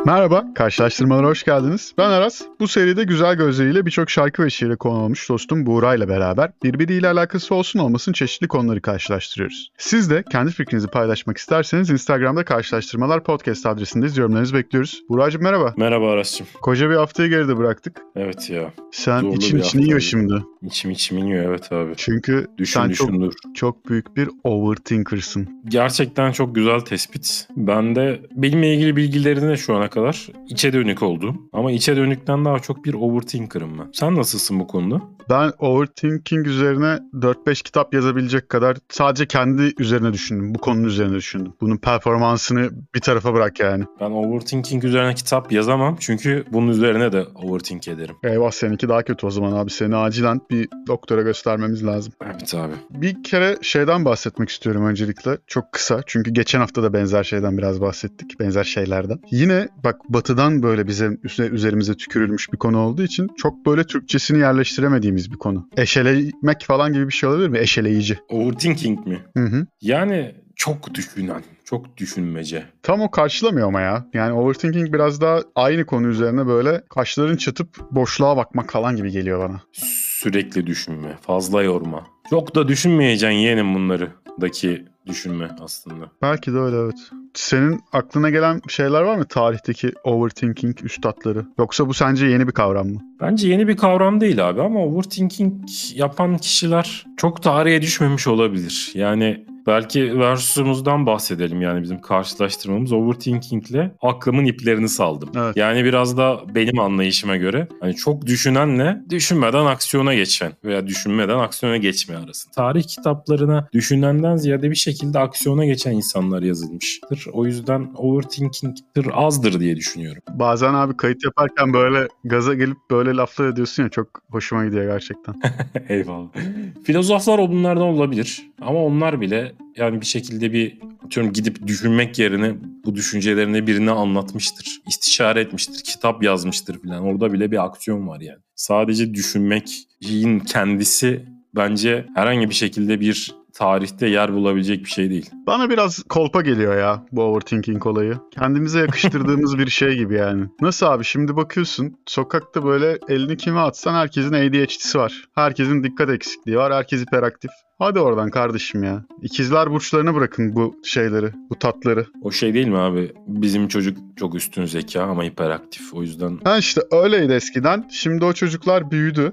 Merhaba, karşılaştırmalara hoş geldiniz. Ben Aras. Bu seride güzel gözleriyle birçok şarkı ve şiire konu olmuş dostum Buğra ile beraber birbiriyle alakası olsun olmasın çeşitli konuları karşılaştırıyoruz. Siz de kendi fikrinizi paylaşmak isterseniz Instagram'da Karşılaştırmalar Podcast adresindeyiz. Yorumlarınızı bekliyoruz. Buğracığım merhaba. Merhaba Aras'cığım. Koca bir haftayı geride bıraktık. Evet ya. Sen Zorlu için bir içini yiyor haftaydı. şimdi. İçim iniyor evet abi. Çünkü sen Dur. çok büyük bir overthinker'sın. Gerçekten çok güzel tespit. Ben de benimle ilgili bilgilerini de şu ana kadar içe dönük oldum. Ama içe dönükten daha çok bir overthinker'ım ben. Sen nasılsın bu konuda? Ben overthinking üzerine 4-5 kitap yazabilecek kadar sadece kendi üzerine düşündüm. Bu konunun üzerine düşündüm. Bunun performansını bir tarafa bırak yani. Ben overthinking üzerine kitap yazamam. Çünkü bunun üzerine de overthink ederim. Eyvah, seninki daha kötü o zaman abi. Seni acilen bir doktora göstermemiz lazım. Evet abi. Bir kere şeyden bahsetmek istiyorum öncelikle. Çok kısa. Çünkü geçen hafta da benzer şeyden biraz bahsettik. Benzer şeylerden. Yine bak batıdan böyle bize üzerimize tükürülmüş bir konu olduğu için çok böyle Türkçesini yerleştiremediğimiz bir konu. Eşelemek falan gibi bir şey olabilir mi? Eşeleyici. Overthinking mi? Hı. Yani çok düşünen, çok düşünmece. Tam o karşılamıyor ama ya. Yani overthinking biraz daha aynı konu üzerine böyle kaşların çatıp boşluğa bakmak falan gibi geliyor bana. Sürekli düşünme, fazla yorma. Çok da düşünmeyeceksin yeğenim bunları daki düşünme aslında. Belki de öyle, evet. Senin aklına gelen şeyler var mı tarihteki overthinking üstatları? Yoksa bu sence yeni bir kavram mı? Bence yeni bir kavram değil abi ama overthinking yapan kişiler çok tarihe düşmemiş olabilir. Yani belki Versus'umuzdan bahsedelim, yani bizim karşılaştırmamız overthinking'le aklımın iplerini saldım. Evet. Yani biraz da benim anlayışıma göre hani çok düşünenle düşünmeden aksiyona geçen veya düşünmeden aksiyona geçme arası. Tarih kitaplarına düşünenden ziyade bir şekilde aksiyona geçen insanlar yazılmıştır. O yüzden overthinking'tir azdır diye düşünüyorum. Bazen abi kayıt yaparken böyle gaza gelip böyle laflar ediyorsun ya, çok hoşuma gidiyor gerçekten. Eyvallah. Filozoflar o bunlardan olabilir ama onlar bile yani bir şekilde bir atıyorum gidip düşünmek yerine bu düşüncelerini birine anlatmıştır. İstişare etmiştir, kitap yazmıştır falan. Orada bile bir aksiyon var yani. Sadece düşünmekin kendisi bence herhangi bir şekilde bir tarihte yer bulabilecek bir şey değil. Bana biraz kolpa geliyor ya bu overthinking olayı. Kendimize yakıştırdığımız bir şey gibi yani. Nasıl abi, şimdi bakıyorsun sokakta böyle elini kime atsan herkesin ADHD'si var. Herkesin dikkat eksikliği var. Herkes hiperaktif. Hadi oradan kardeşim ya. İkizler burçlarına bırakın bu şeyleri, bu tatları. O şey değil mi abi? Bizim çocuk çok üstün zeka ama hiperaktif. O yüzden Ha işte öyleydi eskiden. Şimdi o çocuklar büyüdü.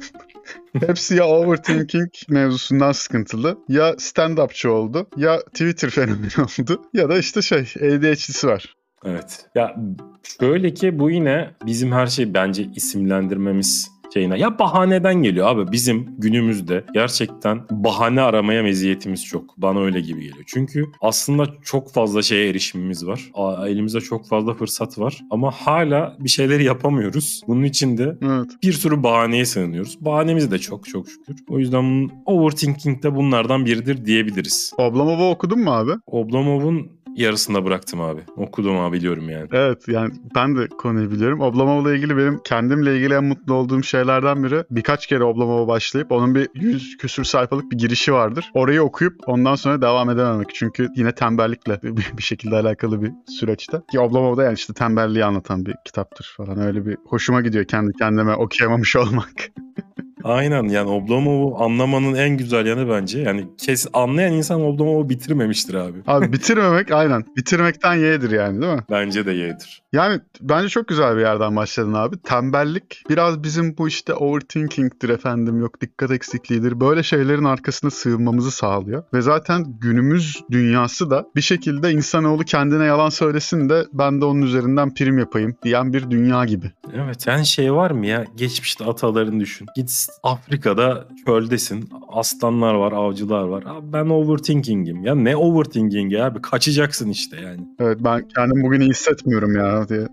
Hepsi ya overthinking mevzusundan sıkıntılı, ya stand-upçı oldu, ya Twitter fenomeni oldu, ya da işte ADHD'si var. evet. Ya şöyle ki bu yine bizim her şeyi bence isimlendirmemiz şeyine. Ya bahaneden geliyor abi. Bizim günümüzde gerçekten bahane aramaya meziyetimiz çok. Bana öyle gibi geliyor. Çünkü aslında çok fazla şeye erişimimiz var. Elimizde çok fazla fırsat var. Ama hala bir şeyleri yapamıyoruz. Bunun için de Evet. bir sürü bahaneye sığınıyoruz. Bahanemiz de çok şükür. O yüzden overthinking de bunlardan biridir diyebiliriz. Oblomova okudun mu abi? Oblomov'un yarısında bıraktım abi. Okudum abi, biliyorum yani. Evet, yani ben de konuyu biliyorum. Oblomov'la ilgili benim kendimle ilgili en mutlu olduğum şeylerden biri, birkaç kere Oblomova başlayıp onun bir 100 küsür sayfalık bir girişi vardır. Orayı okuyup ondan sonra devam edememek. Çünkü yine tembellikle bir şekilde alakalı bir süreçte. Ki Oblomov da yani işte tembelliği anlatan bir kitaptır falan. Öyle bir hoşuma gidiyor kendi kendime okuyamamış olmak. Aynen, yani Oblomov'u anlamanın en güzel yanı bence. Yani anlayan insan Oblomov'u bitirmemiştir abi. Abi bitirmemek aynen. Bitirmekten yeğdir yani, değil mi? Bence de yedir. Yani bence çok güzel bir yerden başladın abi. Tembellik biraz bizim bu işte overthinking'tir efendim, yok dikkat eksikliğidir. Böyle şeylerin arkasına sığınmamızı sağlıyor. Ve zaten günümüz dünyası da bir şekilde insanoğlu kendine yalan söylesin de ben de onun üzerinden prim yapayım diyen bir dünya gibi. Evet, yani şey var mı ya, geçmişte atalarını düşün. Git Afrika'da çöldesin. Aslanlar var, avcılar var. Abi ben overthinking'im. Ya ne overthinking'i abi? Kaçacaksın işte yani. Evet, ben kendim bugün iyi hissetmiyorum ya diye.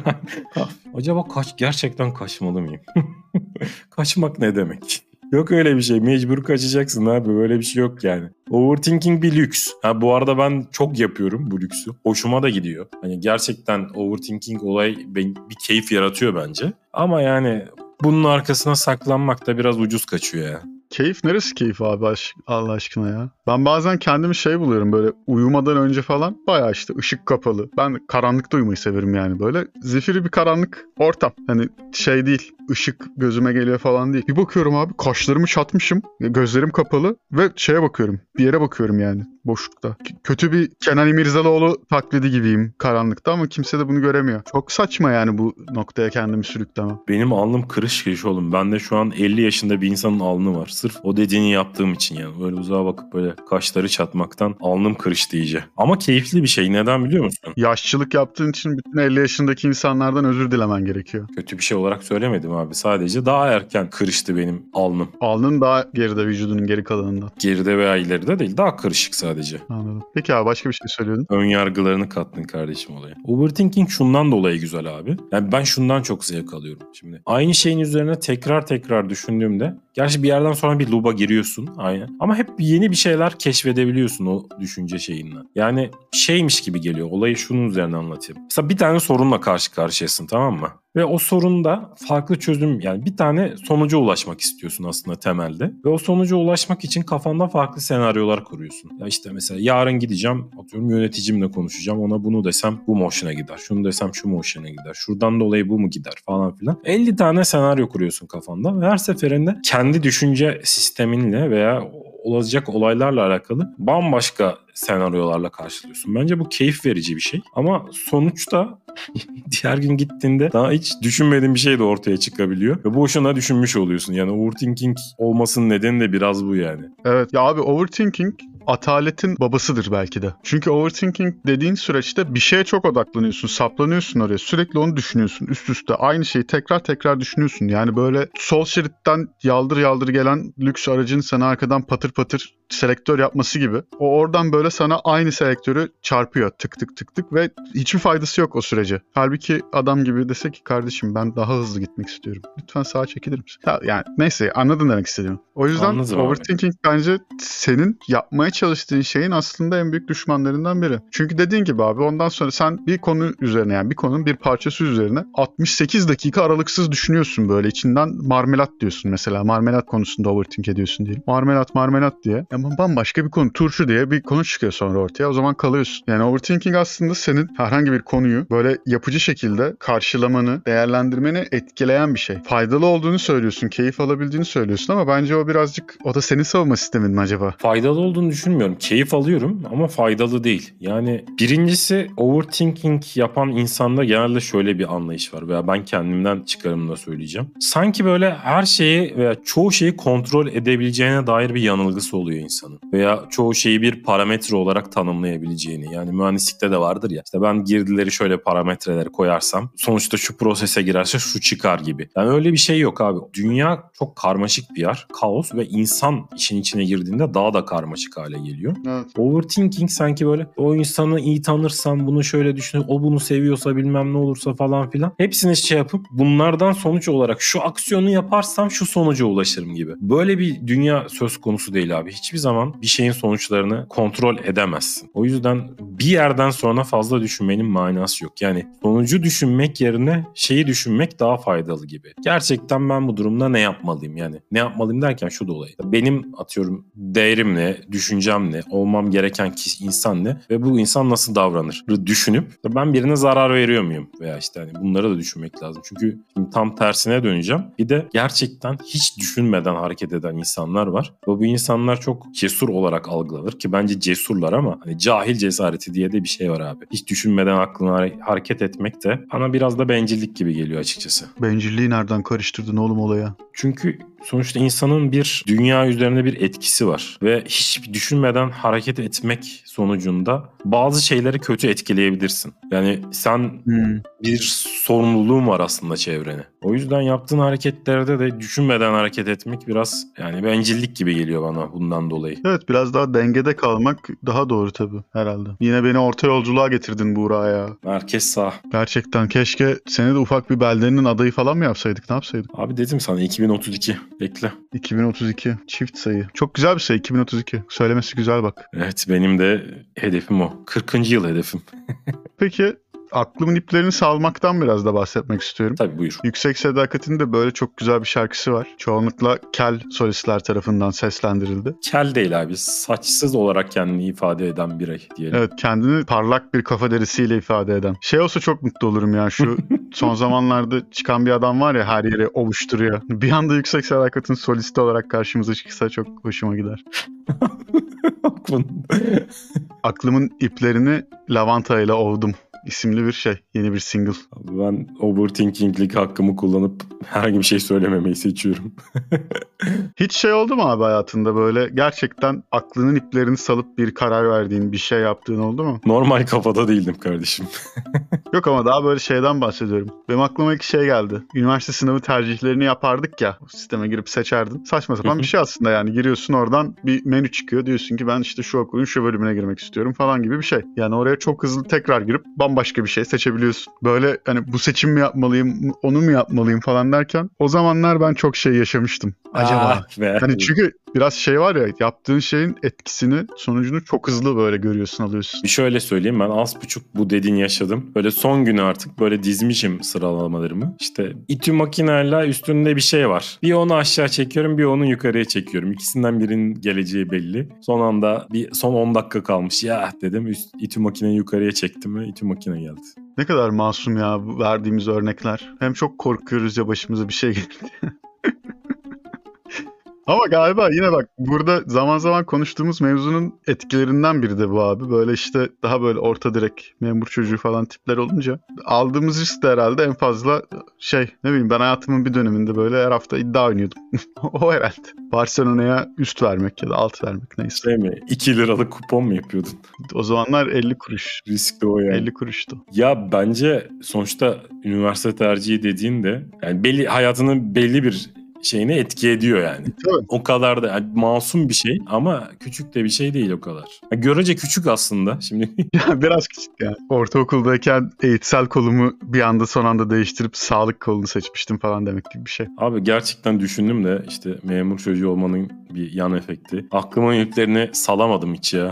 Acaba gerçekten kaçmalı mıyım? Kaçmak ne demek? Yok öyle bir şey. Mecbur kaçacaksın abi. Böyle bir şey yok yani. Overthinking bir lüks. Ha, bu arada ben çok yapıyorum bu lüksü. Hoşuma da gidiyor. Hani gerçekten overthinking olay bir keyif yaratıyor bence. Ama yani bunun arkasına saklanmak da biraz ucuz kaçıyor ya. Keyif neresi keyif abi Allah aşkına ya. Ben bazen kendimi şey buluyorum böyle uyumadan önce falan bayağı işte ışık kapalı. Ben karanlıkta uyumayı severim yani böyle. Zifiri bir karanlık ortam. Hani şey değil, ışık gözüme geliyor falan değil. Bir bakıyorum abi kaşlarımı çatmışım. Gözlerim kapalı ve şeye bakıyorum. Bir yere bakıyorum yani boşlukta. Kötü bir Kenan İmirzalıoğlu taklidi gibiyim karanlıkta ama kimse de bunu göremiyor. Çok saçma yani bu noktaya kendimi sürüklemem. Benim alnım kırış kırış oğlum. Bende şu an 50 yaşında bir insanın alnı var. Sırf o dediğini yaptığım için yani. Böyle uzağa bakıp böyle kaşları çatmaktan alnım kırıştı iyice. Ama keyifli bir şey. Neden biliyor musun? Yaşçılık yaptığın için bütün 50 yaşındaki insanlardan özür dilemen gerekiyor. Kötü bir şey olarak söylemedim abi. Sadece daha erken kırıştı benim alnım. Alnın daha geride vücudunun geri kalanından. Geride veya ileride değil. Daha kırışık sadece. Anladım. Peki abi başka bir şey söylüyordun. Ön yargılarını kattın kardeşim olaya. Overthinking şundan dolayı güzel abi. Yani ben şundan çok zevk alıyorum. Şimdi aynı şeyin üzerine tekrar düşündüğümde, gerçi bir yerden sonra bir loop'a giriyorsun aynen. Ama hep yeni bir şeyler keşfedebiliyorsun o düşünce şeyinden. Yani şeymiş gibi geliyor. Olayı şunun üzerine anlatayım. Mesela bir tane sorunla karşı karşıyasın, tamam mı? Ve o sorunda farklı çözüm, yani bir tane sonuca ulaşmak istiyorsun aslında temelde. Ve o sonuca ulaşmak için kafanda farklı senaryolar kuruyorsun. Ya işte mesela yarın gideceğim, atıyorum yöneticimle konuşacağım. Ona bunu desem bu mu hoşuna gider? Şunu desem şu mu hoşuna gider? Şuradan dolayı bu mu gider? Falan filan. 50 tane senaryo kuruyorsun kafanda ve her seferinde kendi düşünce sisteminle veya olacak olaylarla alakalı bambaşka senaryolarla karşılıyorsun. Bence bu keyif verici bir şey. Ama sonuçta diğer gün gittiğinde daha hiç düşünmediğin bir şey de ortaya çıkabiliyor. Ve boşuna düşünmüş oluyorsun. Yani overthinking olmasının nedeni de biraz bu yani. Evet ya abi overthinking ataletin babasıdır belki de. Çünkü overthinking dediğin süreçte bir şeye çok odaklanıyorsun, saplanıyorsun oraya. Sürekli onu düşünüyorsun. Üst üste aynı şeyi tekrar düşünüyorsun. Yani böyle sol şeritten yaldır yaldır gelen lüks aracın sana arkadan patır patır selektör yapması gibi. O oradan böyle sana aynı selektörü çarpıyor tık tık tık tık ve hiçbir faydası yok o sürece. Halbuki adam gibi dese ki kardeşim ben daha hızlı gitmek istiyorum. Lütfen sağa çekilir misin? Ya, yani neyse anladın demek istediğimi. O yüzden Anladım overthinking bence senin yapmaya çalıştığın şeyin aslında en büyük düşmanlarından biri. Çünkü dediğin gibi abi ondan sonra sen bir konu üzerine yani bir konunun bir parçası üzerine 68 dakika aralıksız düşünüyorsun böyle içinden marmelat diyorsun mesela. Marmelat konusunda overthink ediyorsun diyelim. Marmelat diye. Ama bambaşka bir konu. Turşu diye bir konu çıkıyor sonra ortaya. O zaman kalıyorsun. Yani overthinking aslında senin herhangi bir konuyu böyle yapıcı şekilde karşılamanı, değerlendirmeni etkileyen bir şey. Faydalı olduğunu söylüyorsun, keyif alabildiğini söylüyorsun ama bence o birazcık o da senin savunma sistemin mi acaba? Faydalı olduğunu düşünmüyorum. Keyif alıyorum ama faydalı değil. Yani birincisi overthinking yapan insanda genelde şöyle bir anlayış var veya ben kendimden çıkarımla söyleyeceğim. Sanki böyle her şeyi veya çoğu şeyi kontrol edebileceğine dair bir yanılgısı oluyor insanın. Veya çoğu şeyi bir parametre olarak tanımlayabileceğini. Yani mühendislikte de vardır ya. İşte ben girdileri şöyle parametreleri koyarsam sonuçta şu prosese girerse şu çıkar gibi. Yani öyle bir şey yok abi. Dünya çok karmaşık bir yer. Kaos ve insan işin içine girdiğinde daha da karmaşık hale geliyor. Evet. Overthinking sanki böyle o insanı iyi tanırsam bunu şöyle düşünür, o bunu seviyorsa bilmem ne olursa falan filan. Hepsini şey yapıp bunlardan sonuç olarak şu aksiyonu yaparsam şu sonuca ulaşırım gibi. Böyle bir dünya söz konusu değil abi. Hiçbir zaman bir şeyin sonuçlarını kontrol edemezsin. O yüzden bir yerden sonra fazla düşünmenin manası yok. Yani sonucu düşünmek yerine şeyi düşünmek daha faydalı gibi. Gerçekten ben bu durumda ne yapmalıyım? Yani ne yapmalıyım derken şu dolayı. Benim atıyorum değerim ne, düşüncem ne, olmam gereken insan ne ve bu insan nasıl davranır? Düşünüp ben birine zarar veriyor muyum? Veya işte hani bunları da düşünmek lazım. Çünkü şimdi tam tersine döneceğim. Bir de gerçekten hiç düşünmeden hareket eden insanlar var. Ve bu insanlar çok cesur olarak algılanır ki bence cesurlar ama hani cahil cesareti diye de bir şey var abi. Hiç düşünmeden aklına hareket etmek de bana biraz da bencillik gibi geliyor açıkçası. Bencilliği nereden karıştırdın oğlum olaya? Çünkü sonuçta insanın bir dünya üzerinde bir etkisi var ve hiç düşünmeden hareket etmek sonucunda bazı şeyleri kötü etkileyebilirsin. Yani sen bir sorumluluğun var aslında çevrene. O yüzden yaptığın hareketlerde de düşünmeden hareket etmek biraz yani bencillik gibi geliyor bana bundan dolayı. Evet biraz daha dengede kalmak daha doğru tabii herhalde. Yine beni orta yolculuğa getirdin Buğra ya. Merkez sağ. Gerçekten keşke seni de ufak bir beldenin adayı falan mı yapsaydık ne yapsaydık? Abi dedim sana 2032 bekle. 2032 çift sayı. Çok güzel bir sayı 2032. Söylemesi güzel bak. Evet benim de hedefim o. 40. yıl hedefim. Peki aklımın iplerini salmaktan biraz da bahsetmek istiyorum. Tabii buyur. Yüksek Sadakat'in de böyle çok güzel bir şarkısı var. Çoğunlukla kel solistler tarafından seslendirildi. Kel değil abi. Saçsız olarak kendini ifade eden birey diyelim. Evet, kendini parlak bir kafa derisiyle ifade eden. Şey olsa çok mutlu olurum ya, şu son zamanlarda çıkan bir adam var ya, her yeri ovuşturuyor. Bir anda Yüksek Sadakat'in solisti olarak karşımıza çıksa çok hoşuma gider. Aklımın iplerini lavanta ile ovdum isimli bir şey. Yeni bir single. Ben overthinking'lik hakkımı kullanıp herhangi bir şey söylememeyi seçiyorum. Hiç şey oldu mu abi hayatında böyle gerçekten aklının iplerini salıp bir karar verdiğin, bir şey yaptığın oldu mu? Normal kafada değildim kardeşim. Yok ama daha böyle şeyden bahsediyorum. Benim aklıma ilk şey geldi. Üniversite sınavı tercihlerini yapardık ya. O sisteme girip seçerdin. Saçma sapan bir şey aslında yani. Giriyorsun, oradan bir menü çıkıyor. Diyorsun ki ben işte şu okulun şu bölümüne girmek istiyorum falan gibi bir şey. Yani oraya çok hızlı tekrar girip bambaşka bir şey seçebiliyorsun. Böyle hani bu seçim mi yapmalıyım, onu mu yapmalıyım falan derken o zamanlar ben çok şey yaşamıştım. Acaba? Hani çünkü biraz şey var ya, yaptığın şeyin etkisini, sonucunu çok hızlı böyle görüyorsun, alıyorsun. Bir şöyle söyleyeyim, ben az buçuk bu dediğini yaşadım. Böyle son günü artık böyle dizmişim sıralamalarımı. İşte İTÜ makineyle üstünde bir şey var. Bir onu aşağı çekiyorum, bir onu yukarıya çekiyorum. İkisinden birinin geleceği belli. Son anda son 10 dakika kalmış. Ya dedim, İTÜ makineyi yukarıya çektim ve İTÜ makine geldi. Ne kadar masum ya bu verdiğimiz örnekler. Hem çok korkuyoruz ya başımıza bir şey gelir diye. Ama galiba yine bak, burada zaman zaman konuştuğumuz mevzunun etkilerinden biri de bu abi. Böyle işte daha böyle orta direk memur çocuğu falan tipler olunca aldığımız risk de herhalde en fazla şey, ne bileyim, ben hayatımın bir döneminde böyle her hafta iddia oynuyordum. O herhalde. Barcelona'ya üst vermek ya da alt vermek, neyse. Şey mi? 2 liralık kupon mu yapıyordun? O zamanlar 50 kuruş. Risk de o yani. 50 kuruştu. Ya bence sonuçta üniversite tercihi dediğin de yani hayatının belli bir şeyine etki ediyor yani. Tabii. O kadar da yani masum bir şey ama küçük de bir şey değil o kadar. Yani görece küçük aslında şimdi. Ya biraz küçük yani. Ortaokuldayken eğitsel kolumu bir anda son anda değiştirip sağlık kolunu seçmiştim falan demek gibi bir şey. Abi gerçekten düşündüm de işte memur çocuğu olmanın bir yan efekti. Aklımın iplerini salamadım hiç ya.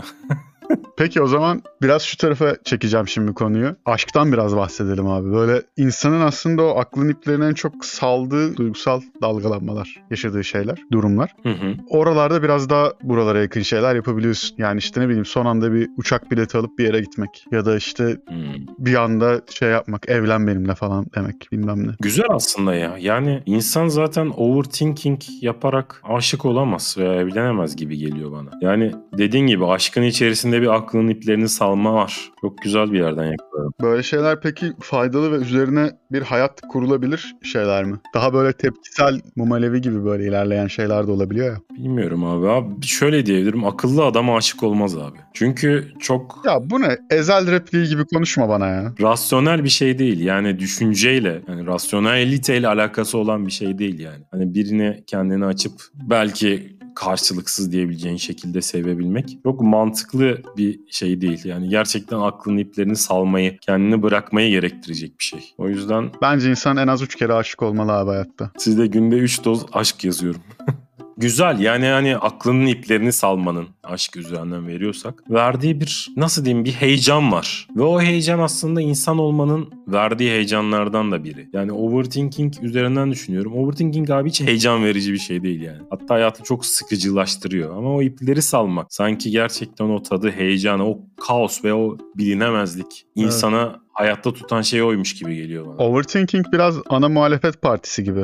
Peki o zaman biraz şu tarafa çekeceğim şimdi konuyu. Aşktan biraz bahsedelim abi. Böyle insanın aslında o aklın iplerine en çok saldığı duygusal dalgalanmalar, yaşadığı şeyler, durumlar. Oralarda biraz daha buralara yakın şeyler yapabiliyorsun. Yani işte ne bileyim, son anda bir uçak bileti alıp bir yere gitmek. Ya da işte bir anda şey yapmak, evlen benimle falan demek, bilmem ne. Güzel aslında ya. Yani insan zaten overthinking yaparak aşık olamaz veya evlenemez gibi geliyor bana. Yani dediğin gibi aşkın içerisinde bir aklın iplerini salma var. Çok güzel bir yerden yakaladım. Böyle şeyler peki faydalı ve üzerine bir hayat kurulabilir şeyler mi? Daha böyle tepkisel, Mumalevi gibi böyle ilerleyen şeyler de olabiliyor ya. Bilmiyorum abi. Abi şöyle diyebilirim. Akıllı adama aşık olmaz abi. Çünkü çok... Ya bu ne? Ezel repliği gibi konuşma bana ya. Rasyonel bir şey değil. Yani düşünceyle, yani rasyoneliteyle alakası olan bir şey değil yani. Hani birini kendini açıp belki karşılıksız diyebileceğin şekilde sevebilmek çok mantıklı bir şey değil. Yani gerçekten aklın iplerini salmayı, kendini bırakmayı gerektirecek bir şey. O yüzden... Bence insan en az 3 kere aşık olmalı abi hayatta. Sizde günde 3 doz aşk yazıyorum. Güzel yani hani aklının iplerini salmanın, aşk üzerinden veriyorsak, verdiği bir, nasıl diyeyim, bir heyecan var. Ve o heyecan aslında insan olmanın verdiği heyecanlardan da biri. Yani overthinking üzerinden düşünüyorum. Overthinking abi hiç heyecan verici bir şey değil yani. Hatta hayatı çok sıkıcılaştırıyor. Ama o ipleri salmak, sanki gerçekten o tadı, heyecanı, o kaos ve o bilinemezlik insana hayatta tutan şey oymuş gibi geliyor bana. Overthinking biraz ana muhalefet partisi gibi.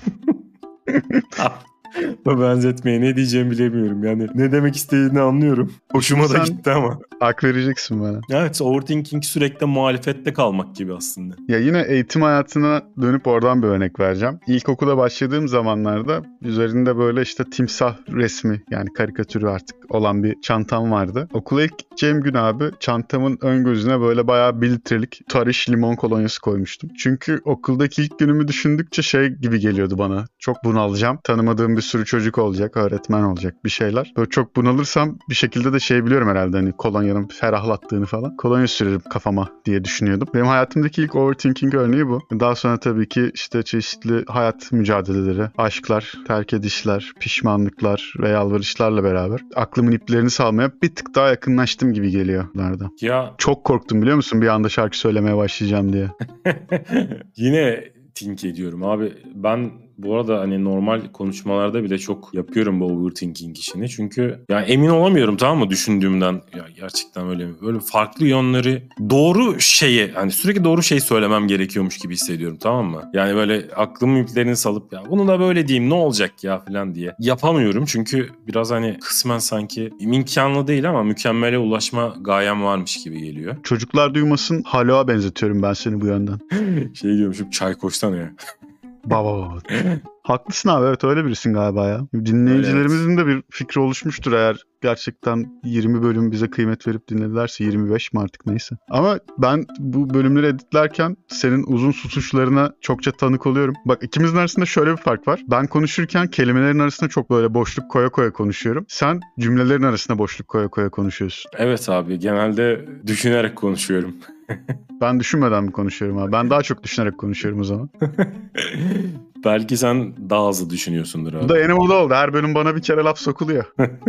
Bu benzetmeye ne diyeceğimi bilemiyorum. Yani ne demek istediğini anlıyorum. Hoşuma da gitti ama. Hak vereceksin bana. Evet, overthinking sürekli muhalefette kalmak gibi aslında. Ya yine eğitim hayatına dönüp oradan bir örnek vereceğim. İlkokula başladığım zamanlarda üzerinde böyle işte timsah resmi, yani karikatürü artık olan bir çantam vardı. Okula ilk gideceğim gün abi çantamın ön gözüne böyle bayağı 1 litrelik Tariş limon kolonyası koymuştum. Çünkü okuldaki ilk günümü düşündükçe şey gibi geliyordu bana. Çok bunalacağım. Tanımadığım bir sürü çocuk olacak, öğretmen olacak, bir şeyler. Böyle çok bunalırsam bir şekilde de şey biliyorum herhalde, hani kolonya yanım ferahlattığını falan. Kolonya sürerim kafama diye düşünüyordum. Benim hayatımdaki ilk overthinking örneği bu. Daha sonra tabii ki işte çeşitli hayat mücadeleleri, aşklar, terk edişler, pişmanlıklar ve yalvarışlarla beraber aklımın iplerini salmaya bir tık daha yakınlaştım gibi geliyor bunlardan. Ya Çok korktum biliyor musun bir anda şarkı söylemeye başlayacağım diye. yine think ediyorum abi. Ben bu arada hani normal konuşmalarda bile çok yapıyorum bu overthinking işini. Çünkü yani emin olamıyorum, tamam mı, düşündüğümden. Ya gerçekten öyle mi? Böyle farklı yönleri, doğru şeyi, hani sürekli doğru şey söylemem gerekiyormuş gibi hissediyorum, tamam mı? Yani böyle aklımın iplerini salıp ya bunu da böyle diyeyim ne olacak ya falan diye yapamıyorum. Çünkü biraz hani kısmen sanki imkanlı değil ama mükemmele ulaşma gayem varmış gibi geliyor. Çocuklar duymasın Halo'a benzetiyorum ben seni bu yönden. Şey diyormuşum, çay koşsana ya. Baba. Haklısın abi, evet öyle birisin galiba ya. Dinleyicilerimizin de bir fikri oluşmuştur eğer gerçekten 20 bölüm bize kıymet verip dinledilerse, 25 mi artık neyse. Ama ben bu bölümleri editlerken senin uzun susuşlarına çokça tanık oluyorum. Bak ikimizin arasında şöyle bir fark var. Ben konuşurken kelimelerin arasında çok böyle boşluk koya koya konuşuyorum. Sen cümlelerin arasında boşluk koya koya konuşuyorsun. Evet abi, genelde düşünerek konuşuyorum. Ben düşünmeden mi konuşuyorum abi? Ben daha çok düşünerek konuşuyorum o zaman. Belki sen daha hızlı düşünüyorsundur Bu abi. da yeni moda oldu. Her bölüm bana bir kere laf sokuluyor.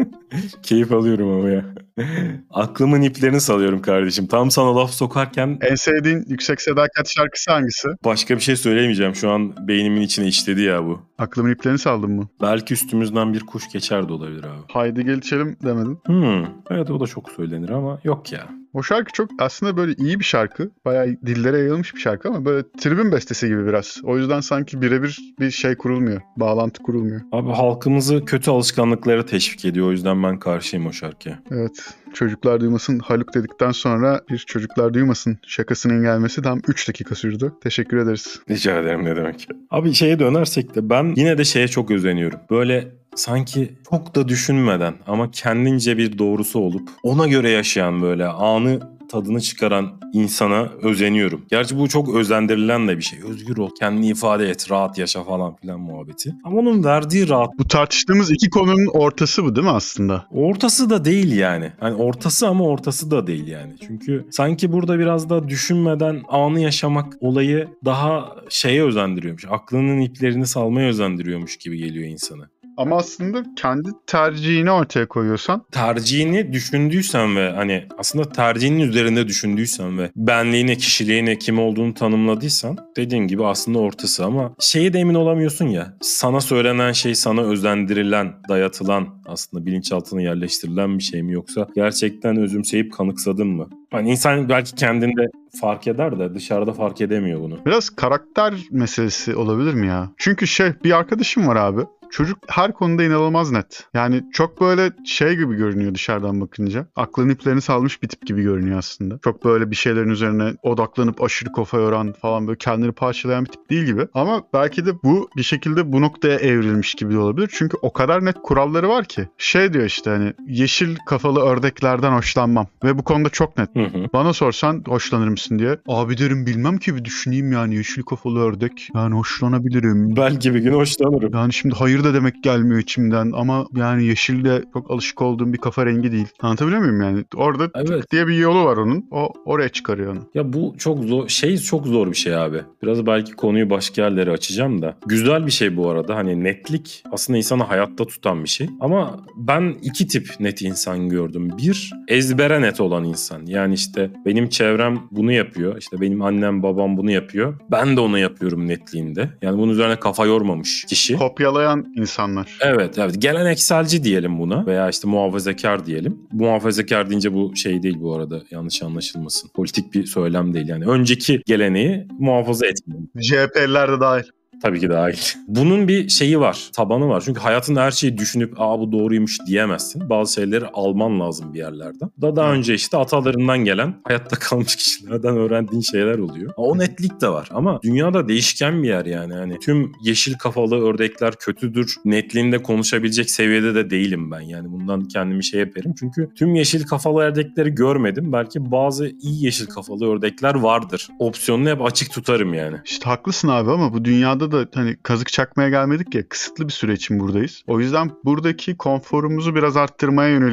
Keyif alıyorum ama ya. Aklımın iplerini salıyorum kardeşim. Tam sana laf sokarken En sevdiğin Yüksek Sadakat şarkısı hangisi? başka bir şey söyleyemeyeceğim. Şu an beynimin içine işledi ya bu. Aklımın iplerini saldın mı? Belki üstümüzden bir kuş geçer de olabilir abi. Haydi gel içelim demedin. Evet, o da çok söylenir ama yok ya. O şarkı çok aslında böyle iyi bir şarkı. Bayağı dillere yayılmış bir şarkı ama böyle tribün bestesi gibi biraz. O yüzden sanki birebir bir şey kurulmuyor. Bağlantı kurulmuyor. Abi halkımızı kötü alışkanlıklara teşvik ediyor. O yüzden ben karşıyım o şarkıya. Evet. Çocuklar duymasın Haluk dedikten sonra bir çocuklar duymasın şakasının gelmesi tam 3 dakika sürdü. Teşekkür ederiz. Rica ederim, ne demek. Abi şeye dönersek de ben yine de şeye çok özeniyorum. Böyle sanki çok da düşünmeden ama kendince bir doğrusu olup ona göre yaşayan, böyle anı tadını çıkaran insana özeniyorum. Gerçi bu çok özendirilen de bir şey. Özgür ol, kendini ifade et, rahat yaşa falan filan muhabbeti. Ama onun verdiği rahat, Bu tartıştığımız iki konunun ortası bu değil mi aslında? ortası da değil yani. Hani ortası ama ortası da değil yani. Çünkü sanki burada biraz da düşünmeden anı yaşamak olayı daha şeye özendiriyormuş. Aklının iplerini salmaya özendiriyormuş gibi geliyor insana. Ama aslında kendi tercihini ortaya koyuyorsan Tercihini düşündüysen ve hani aslında tercihinin üzerinde düşündüysen ve benliğine, kişiliğine, kim olduğunu tanımladıysan, dediğin gibi aslında ortası. Ama şeye de emin olamıyorsun ya, sana söylenen şey sana özendirilen, dayatılan, aslında bilinçaltına yerleştirilen bir şey mi, yoksa gerçekten özümseyip kanıksadın mı? Hani insan belki kendinde fark eder de dışarıda fark edemiyor bunu. biraz karakter meselesi olabilir mi ya? Çünkü bir arkadaşım var abi. Çocuk her konuda inanılmaz net. Yani çok böyle şey gibi görünüyor dışarıdan bakınca. Aklının iplerini salmış bir tip gibi görünüyor aslında. Çok böyle bir şeylerin üzerine odaklanıp aşırı kafa yoran falan, böyle kendini parçalayan bir tip değil gibi. Ama belki de bu bir şekilde bu noktaya evrilmiş gibi de olabilir. Çünkü o kadar net kuralları var ki. Şey diyor işte hani yeşil kafalı ördeklerden hoşlanmam. Ve bu konuda çok net. Bana sorsan hoşlanır mısın diye. Abi derim bilmem ki, bir düşüneyim yani, yeşil kafalı ördek. Yani hoşlanabilirim. Belki bir gün hoşlanırım. Yani şimdi hayır da demek gelmiyor içimden ama yani yeşil de çok alışık olduğum bir kafa rengi değil. Anlatabiliyor muyum yani? Orada Evet. tık diye bir yolu var onun. O oraya çıkarıyor onu. Ya bu çok zor, çok zor bir şey abi. Biraz belki konuyu başka yerlere açacağım da. Güzel bir şey bu arada. Hani netlik aslında insanı hayatta tutan bir şey. Ama ben iki tip net insan gördüm. Bir, ezbere net olan insan. Yani işte benim çevrem bunu yapıyor. İşte benim annem babam bunu yapıyor. Ben de onu yapıyorum netliğinde. Yani bunun üzerine kafa yormamış kişi. Kopyalayan insanlar. Evet. Gelenekselci diyelim buna veya işte muhafazakar diyelim. Muhafazakar deyince bu şey değil bu arada, yanlış anlaşılmasın. Politik bir söylem değil yani. Önceki geleneği muhafaza etmiyor. CHP'liler de dahil. Tabii ki dahil. Bunun bir şeyi var, tabanı var. Çünkü hayatında her şeyi düşünüp bu doğruymuş diyemezsin. Bazı şeyleri alman lazım bir yerlerden. Daha önce işte atalarından gelen, hayatta kalmış kişilerden öğrendiğin şeyler oluyor. O netlik de var ama dünyada değişken bir yer yani. Hani tüm yeşil kafalı ördekler kötüdür netliğinde konuşabilecek seviyede de değilim ben. Yani bundan kendimi şey yaparım. Çünkü tüm yeşil kafalı ördekleri görmedim. Belki bazı iyi yeşil kafalı ördekler vardır. Opsiyonunu hep açık tutarım yani. İşte haklısın abi ama bu dünyada da hani kazık çakmaya gelmedik ya, kısıtlı bir süre için buradayız. O yüzden buradaki konforumuzu biraz arttırmaya yönelik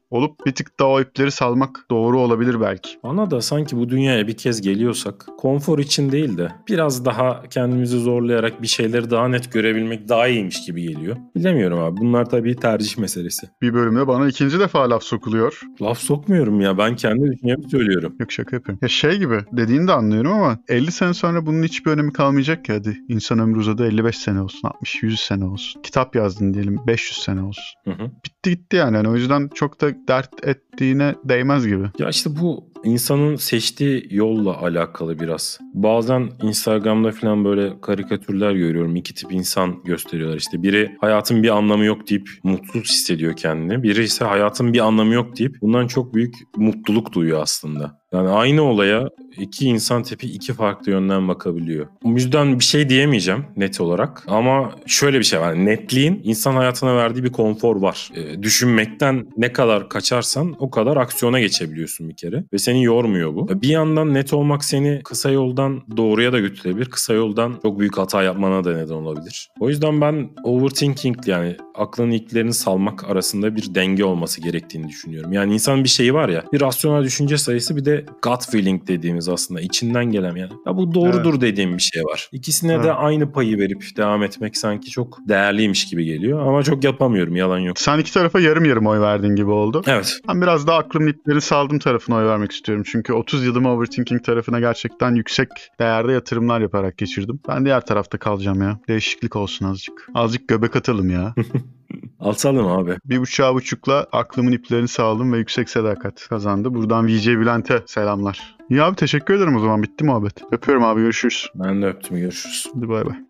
olup bir tık daha o ipleri salmak doğru olabilir belki. Bana da sanki bu dünyaya bir kez geliyorsak konfor için değil de biraz daha kendimizi zorlayarak bir şeyleri daha net görebilmek daha iyiymiş gibi geliyor. Bilemiyorum abi. Bunlar tabii tercih meselesi. Bir bölümde bana ikinci defa laf sokuluyor. Laf sokmuyorum ya. Ben kendi düşüncemi söylüyorum. Yok, şaka yapıyorum. Ya şey gibi dediğini de anlıyorum ama 50 sene sonra bunun hiçbir önemi kalmayacak ya, hadi. İnsan ömrü uzadı, 55 sene olsun, 60, 100 sene olsun. Kitap yazdın diyelim, 500 sene olsun. Hı hı. Bitti gitti yani. O yüzden çok da dert ettiğine değmez gibi. Ya işte bu insanın seçtiği yolla alakalı biraz. Bazen Instagram'da falan böyle karikatürler görüyorum. İki tip insan gösteriyorlar. İşte biri hayatın bir anlamı yok deyip mutsuz hissediyor kendini. Biri ise hayatın bir anlamı yok deyip bundan çok büyük mutluluk duyuyor aslında. Yani aynı olaya iki insan tipi iki farklı yönden bakabiliyor. O yüzden bir şey diyemeyeceğim net olarak. Ama şöyle bir şey var. Netliğin insan hayatına verdiği bir konfor var. Düşünmekten ne kadar kaçarsan o kadar aksiyona geçebiliyorsun bir kere. Ve seni yormuyor bu. Bir yandan net olmak seni kısa yoldan doğruya da götürebilir. Kısa yoldan çok büyük hata yapmana da neden olabilir. O yüzden ben overthinking, yani aklın ilklerini salmak arasında bir denge olması gerektiğini düşünüyorum. Yani insanın bir şeyi var ya, bir rasyonel düşünce sayısı, bir de gut feeling dediğimiz aslında içinden gelen, yani ya bu doğrudur dediğim bir şey var. İkisine de aynı payı verip devam etmek sanki çok değerliymiş gibi geliyor ama çok yapamıyorum, yalan yok. Sen iki tarafa yarım yarım oy verdin gibi oldu. Evet. Ben biraz daha aklımın ipleri saldım tarafına oy vermek istiyorum. Çünkü 30 yılımı overthinking tarafına gerçekten yüksek değerde yatırımlar yaparak geçirdim. Ben diğer tarafta kalacağım ya. Değişiklik olsun azıcık. Azıcık göbek atalım ya. Alsalım abi. 1,5'la aklımın iplerini sağladım ve yüksek sadakat kazandı. Buradan VJ Bülent'e selamlar. İyi abi, teşekkür ederim o zaman. Bitti muhabbet. Öpüyorum abi, görüşürüz. Ben de öptüm, görüşürüz. Hadi bay bay.